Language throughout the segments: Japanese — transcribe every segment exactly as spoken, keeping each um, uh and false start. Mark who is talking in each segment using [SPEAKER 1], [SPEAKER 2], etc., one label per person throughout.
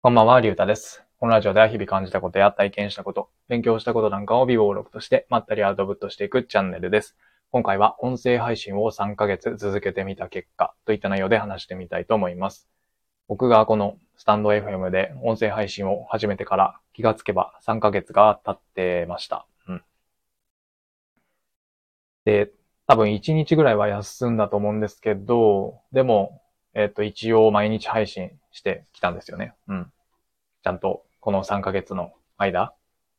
[SPEAKER 1] こんばんは、りゅうたです。このラジオでは日々感じたことや体験したこと、勉強したことなんかを微暴録としてまったりアウトプットしていくチャンネルです。今回は音声配信をさんかげつ続けてみた結果といった内容で話してみたいと思います。僕がこのスタンド エフエム で音声配信を始めてから気がつけばさんかげつが経ってました。うん、で、多分いちにちぐらいは休んだと思うんですけど、でも、えっと、一応毎日配信してきたんですよね。うん。ちゃんとこのさんかげつの間。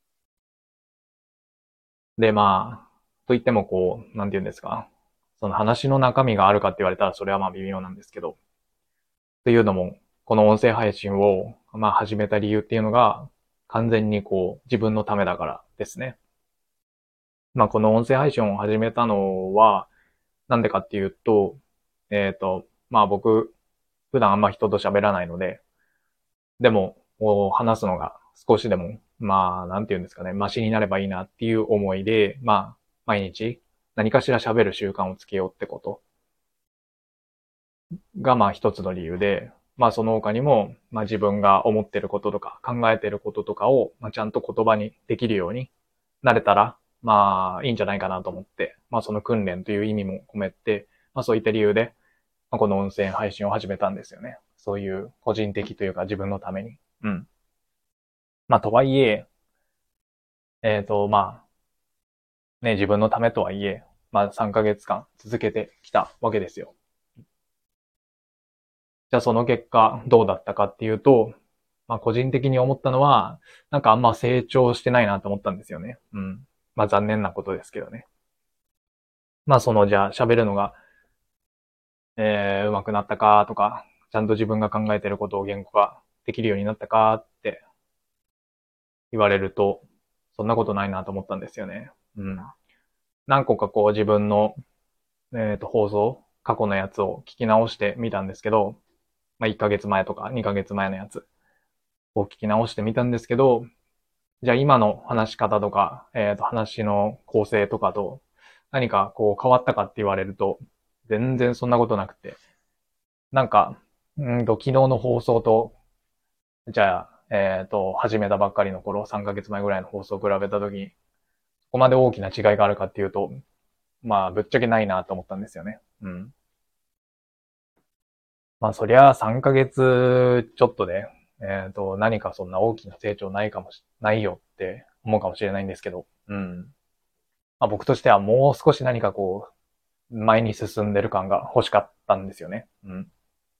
[SPEAKER 1] で、まあ、と言ってもこう、なんて言うんですか。その話の中身があるかって言われたらそれはまあ微妙なんですけど。というのも、この音声配信をまあ始めた理由っていうのが完全にこう自分のためだからですね。まあこの音声配信を始めたのはなんでかっていうと、えっと、まあ僕普段あんま人と喋らないので、でもこう話すのが少しでもまあなんて言うんですかね、マシになればいいなっていう思いで、まあ毎日何かしら喋る習慣をつけようってことがまあ一つの理由で、まあその他にも、まあ自分が思ってることとか考えてることとかを、まあちゃんと言葉にできるようになれたら、まあいいんじゃないかなと思って、まあその訓練という意味も込めて、まあそういった理由で、まあ、この音声配信を始めたんですよね。そういう個人的というか自分のために。うん。まあとはいえ、えっ、とまあね、自分のためとはいえ、まあさんかげつかん続けてきたわけですよ。じゃあその結果どうだったかっていうと、まあ個人的に思ったのは、なんかあんま成長してないなと思ったんですよね。うん。まあ残念なことですけどね。まあそのじゃあ喋るのが、えー、上手くなったかとか、ちゃんと自分が考えてることを言語化できるようになったかって言われると、そんなことないなと思ったんですよね。うん。何個かこう自分の、えっと、放送、過去のやつを聞き直してみたんですけど、まあいっかげつまえとかにかげつまえのやつを聞き直してみたんですけど、じゃあ今の話し方とか、えっと、話の構成とかと何かこう変わったかって言われると、全然そんなことなくて、なんか、うんと、昨日の放送と、じゃあ、えっと、始めたばっかりの頃、さんかげつまえぐらいの放送を比べたときに、ここまで大きな違いがあるかっていうと、まあ、ぶっちゃけないなと思ったんですよね。うん。まあ、そりゃさんかげつちょっとで、えっと、何かそんな大きな成長ないかもし、ないよって思うかもしれないんですけど、うん。まあ、僕としてはもう少し何かこう、前に進んでる感が欲しかったんですよね。うん。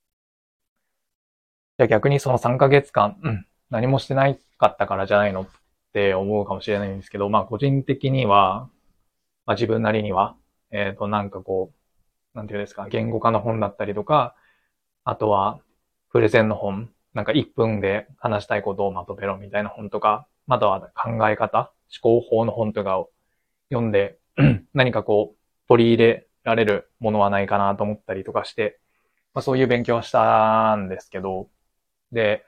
[SPEAKER 1] じゃあ逆にそのさんかげつかん、うん、何もしてないかったからじゃないのって思うかもしれないんですけど、まあ個人的には、まあ自分なりには、えっとなんかこう、なんていうんですか、言語化の本だったりとか、あとは、プレゼンの本、なんかいっぷんで話したいことをまとめろみたいな本とか、あとは考え方、思考法の本とかを読んで、何かこう、取り入れられるものはないかなと思ったりとかして、まあそういう勉強をしたんですけど、で、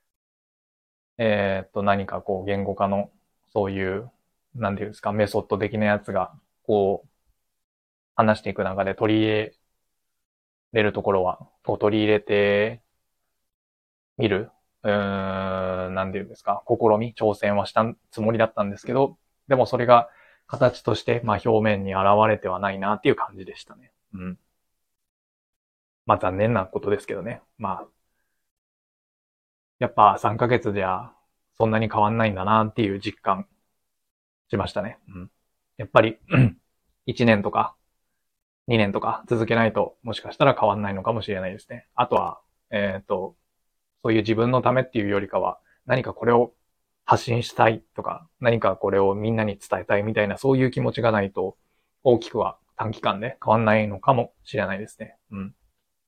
[SPEAKER 1] えーっと、何かこう、言語化の、そういう、なんていうんですか、メソッド的なやつが、こう、話していく中で取り入れれるところは、こう取り入れてみる、うーん、なんていうんですか、試み、挑戦はしたつもりだったんですけど、でもそれが形として、まあ表面に現れてはないなっていう感じでしたね。うん。まあ残念なことですけどね。まあ、やっぱさんかげつじゃ、そんなに変わんないんだなっていう実感しましたね。うん。やっぱり、いちねんとかにねんとか続けないと、もしかしたら変わんないのかもしれないですね。あとは、えっと、そういう自分のためっていうよりかは、何かこれを発信したいとか、何かこれをみんなに伝えたいみたいな、そういう気持ちがないと、大きくは短期間で変わんないのかもしれないですね。うん。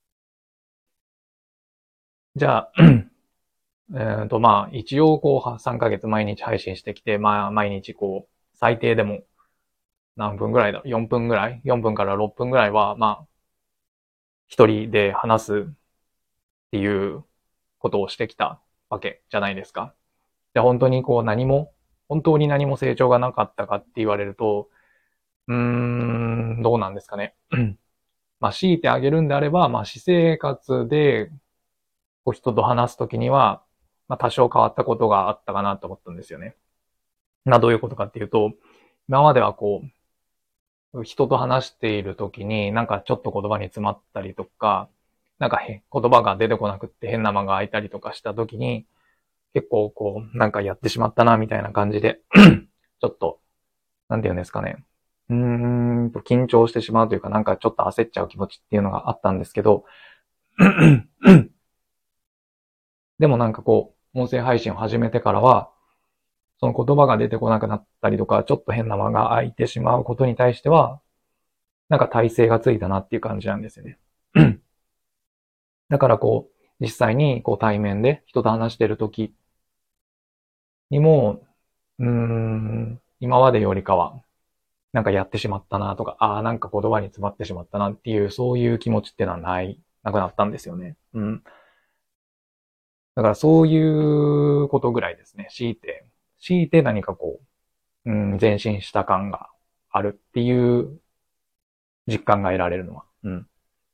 [SPEAKER 1] じゃあ、えっと、まあ、一応こう、さんかげつ毎日配信してきて、まあ、毎日こう、最低でも何分ぐらいだ ?よん 分ぐらい ?よん 分からろっぷんぐらいは、まあ、一人で話すっていうことをしてきたわけじゃないですか。で、本当にこう何も、本当に何も成長がなかったかって言われると、うーん、どうなんですかね。まあ、強いてあげるんであれば、まあ、私生活でこう人と話すときには、 まあ多少変わったことがあったかなと思ったんですよね。まあどういうことかっていうと、今まではこう、人と話している時になんかちょっと言葉に詰まったりとか、なんかへ言葉が出てこなくって変な間が空いたりとかした時に、結構こう、なんかやってしまったなみたいな感じで、ちょっと、なんて言うんですかね。うーんと、緊張してしまうというか、なんかちょっと焦っちゃう気持ちっていうのがあったんですけど、でもなんかこう、音声配信を始めてからは、その言葉が出てこなくなったりとか、ちょっと変な間が空いてしまうことに対しては、なんか体勢がついたなっていう感じなんですよね。だからこう、実際にこう対面で人と話してる時にも、うーん、今までよりかは、なんかやってしまったなとか、ああ、なんか言葉に詰まってしまったなっていう、そういう気持ちってのはない、なくなったんですよね。うん。だからそういうことぐらいですね。強いて、強いて何かこう、うん、前進した感があるっていう実感が得られるのは。うん。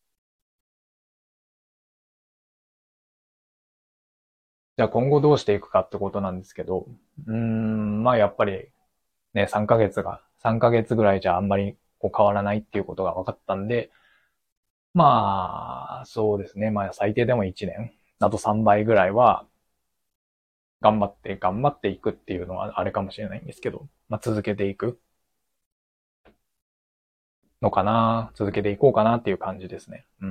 [SPEAKER 1] じゃあ今後どうしていくかってことなんですけど、うーん、まあやっぱりね、さんかげつが、さんかげつぐらいじゃあんまりこう変わらないっていうことが分かったんで、まあ、そうですね。まあ最低でもいちねん。あとさんばいぐらいは頑張って、頑張っていくっていうのはあれかもしれないんですけど、まあ続けていくのかな、続けていこうかなっていう感じですね。うん。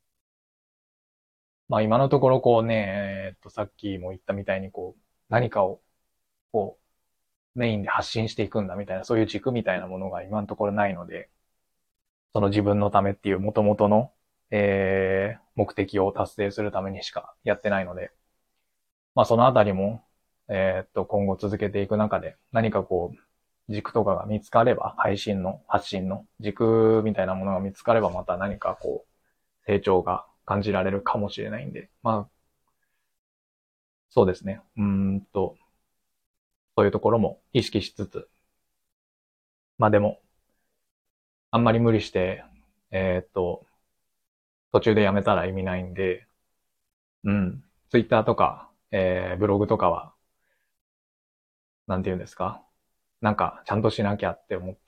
[SPEAKER 1] まあ今のところこうね、えっとさっきも言ったみたいにこう、何かをこうメインで発信していくんだみたいな、そういう軸みたいなものが今のところないので、その自分のためっていう元々の、えー、目的を達成するためにしかやってないので、まあそのあたりも、えーっと、今後続けていく中で何かこう、軸とかが見つかれば、配信の、発信の軸みたいなものが見つかれば、また何かこう、成長が感じられるかもしれないんで、まあ、そうですね。うーんと、そういうところも意識しつつ、まあでも、あんまり無理して、えーっと、途中でやめたら意味ないんで、うん、ツイッターとか、えー、ブログとかは、なんて言うんですか、なんか、ちゃんとしなきゃって思って、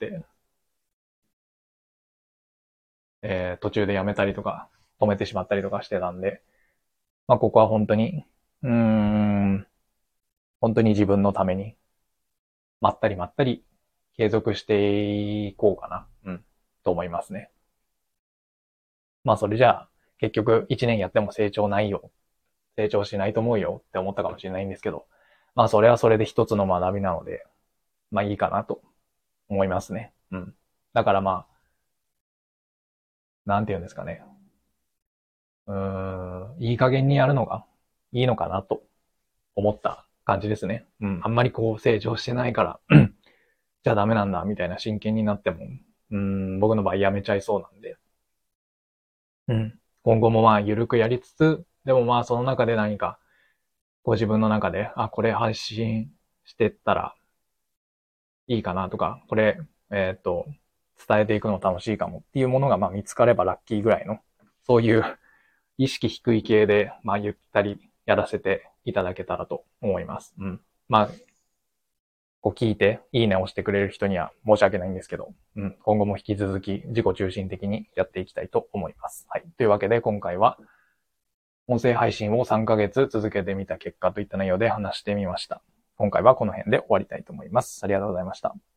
[SPEAKER 1] えー、途中でやめたりとか、止めてしまったりとかしてたんで、まあ、ここは本当に、うーん、本当に自分のために、まったりまったり、継続していこうかな、うん、と思いますね。まあ、それじゃあ、結局、一年やっても成長ないよ、成長しないと思うよって思ったかもしれないんですけど、まあ、それはそれで一つの学びなので、まあ、いいかなと思いますね。うん。だからまあ、なんて言うんですかね。うーん、いい加減にやるのがいいのかなと思った感じですね。うん。あんまりこう成長してないからじゃあダメなんだみたいな真剣になっても、うん、僕の場合やめちゃいそうなんで。うん。今後もまあ緩くやりつつ、でもまあその中で何か、ご自分の中で、あ、これ配信してったらいいかなとか、これ、えっと、伝えていくの楽しいかもっていうものがまあ見つかればラッキーぐらいの、そういう意識低い系で、まあゆったりやらせていただけたらと思います。うん。まあこう聞いて、いいねを押してくれる人には申し訳ないんですけど、うん、今後も引き続き自己中心的にやっていきたいと思います。はい。というわけで今回は、音声配信をさんかげつ続けてみた結果といった内容で話してみました。今回はこの辺で終わりたいと思います。ありがとうございました。